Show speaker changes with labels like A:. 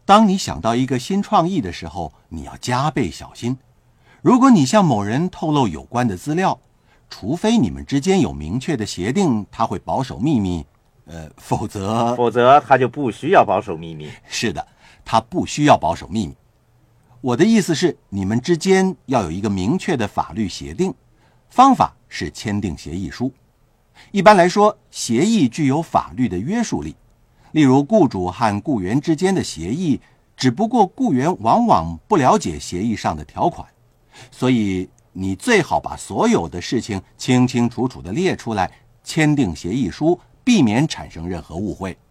A: 当你想到一个新创意的时候，你要加倍小心。如果你向某人透露有关的资料，除非你们之间有明确的协定，他会保守秘密，否则
B: 他就不需要保守秘密。
A: 是的，他不需要保守秘密。我的意思是，你们之间要有一个明确的法律协定，方法是签订协议书。一般来说，协议具有法律的约束力。例如，雇主和雇员之间的协议，只不过雇员往往不了解协议上的条款，所以你最好把所有的事情清清楚楚地列出来，签订协议书，避免产生任何误会。